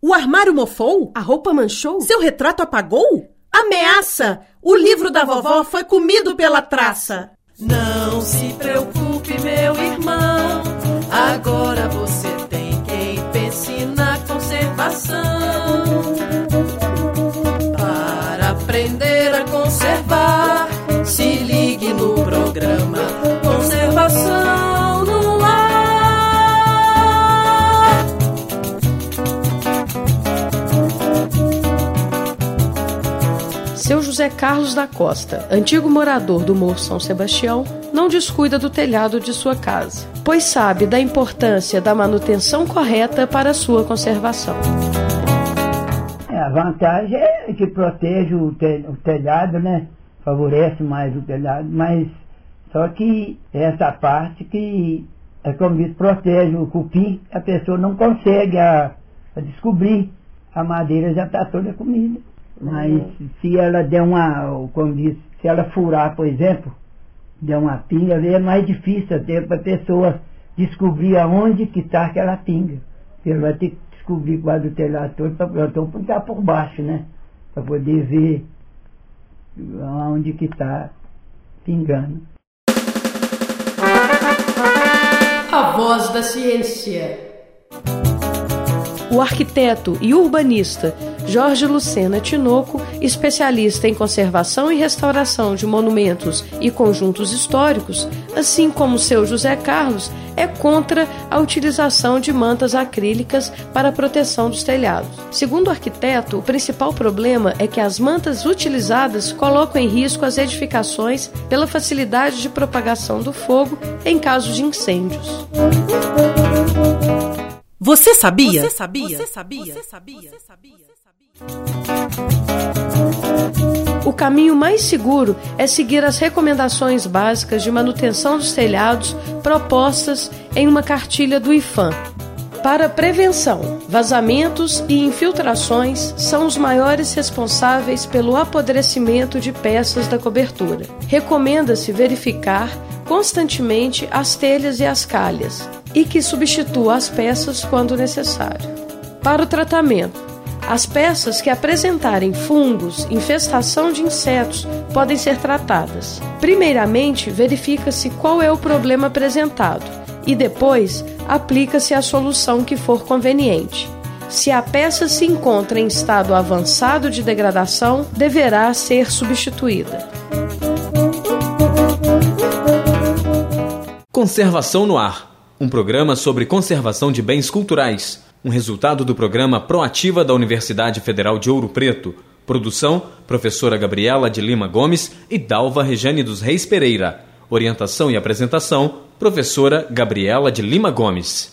O armário mofou? A roupa manchou? Seu retrato apagou? Ameaça! O livro da vovó foi comido pela traça. Não se preocupe, meu irmão, agora você tem quem pense na conservação. Para aprender a conservar, se ligue no programa Conservação no Ar. Seu José Carlos da Costa, antigo morador do Morro São Sebastião, não descuida do telhado de sua casa, pois sabe da importância da manutenção correta para a sua conservação. A vantagem é que protege o telhado, né? Favorece mais o telhado, mas só que essa parte que, como diz, protege o cupim, a pessoa não consegue descobrir, a madeira já está toda comida. Mas se ela der como diz, se ela furar, por exemplo, der uma pinga, é mais difícil até para a pessoa descobrir aonde que está aquela pinga. Ela vai ter que descobrir quase o telhado todo para ficar por baixo, né? Para poder ver aonde que está pingando. A voz da ciência. O arquiteto e urbanista Jorge Lucena Tinoco, especialista em conservação e restauração de monumentos e conjuntos históricos, assim como seu José Carlos, é contra a utilização de mantas acrílicas para a proteção dos telhados. Segundo o arquiteto, o principal problema é que as mantas utilizadas colocam em risco as edificações pela facilidade de propagação do fogo em caso de incêndios. Você sabia? O caminho mais seguro é seguir as recomendações básicas de manutenção dos telhados propostas em uma cartilha do IPHAN. Para prevenção, vazamentos e infiltrações são os maiores responsáveis pelo apodrecimento de peças da cobertura. Recomenda-se verificar constantemente as telhas e as calhas e que substitua as peças quando necessário. Para o tratamento, as peças que apresentarem fungos, infestação de insetos, podem ser tratadas. Primeiramente, verifica-se qual é o problema apresentado e depois aplica-se a solução que for conveniente. Se a peça se encontra em estado avançado de degradação, deverá ser substituída. Conservação no Ar, um programa sobre conservação de bens culturais. Um resultado do programa Proativa da Universidade Federal de Ouro Preto. Produção, professora Gabriela de Lima Gomes e Dalva Rejane dos Reis Pereira. Orientação e apresentação, professora Gabriela de Lima Gomes.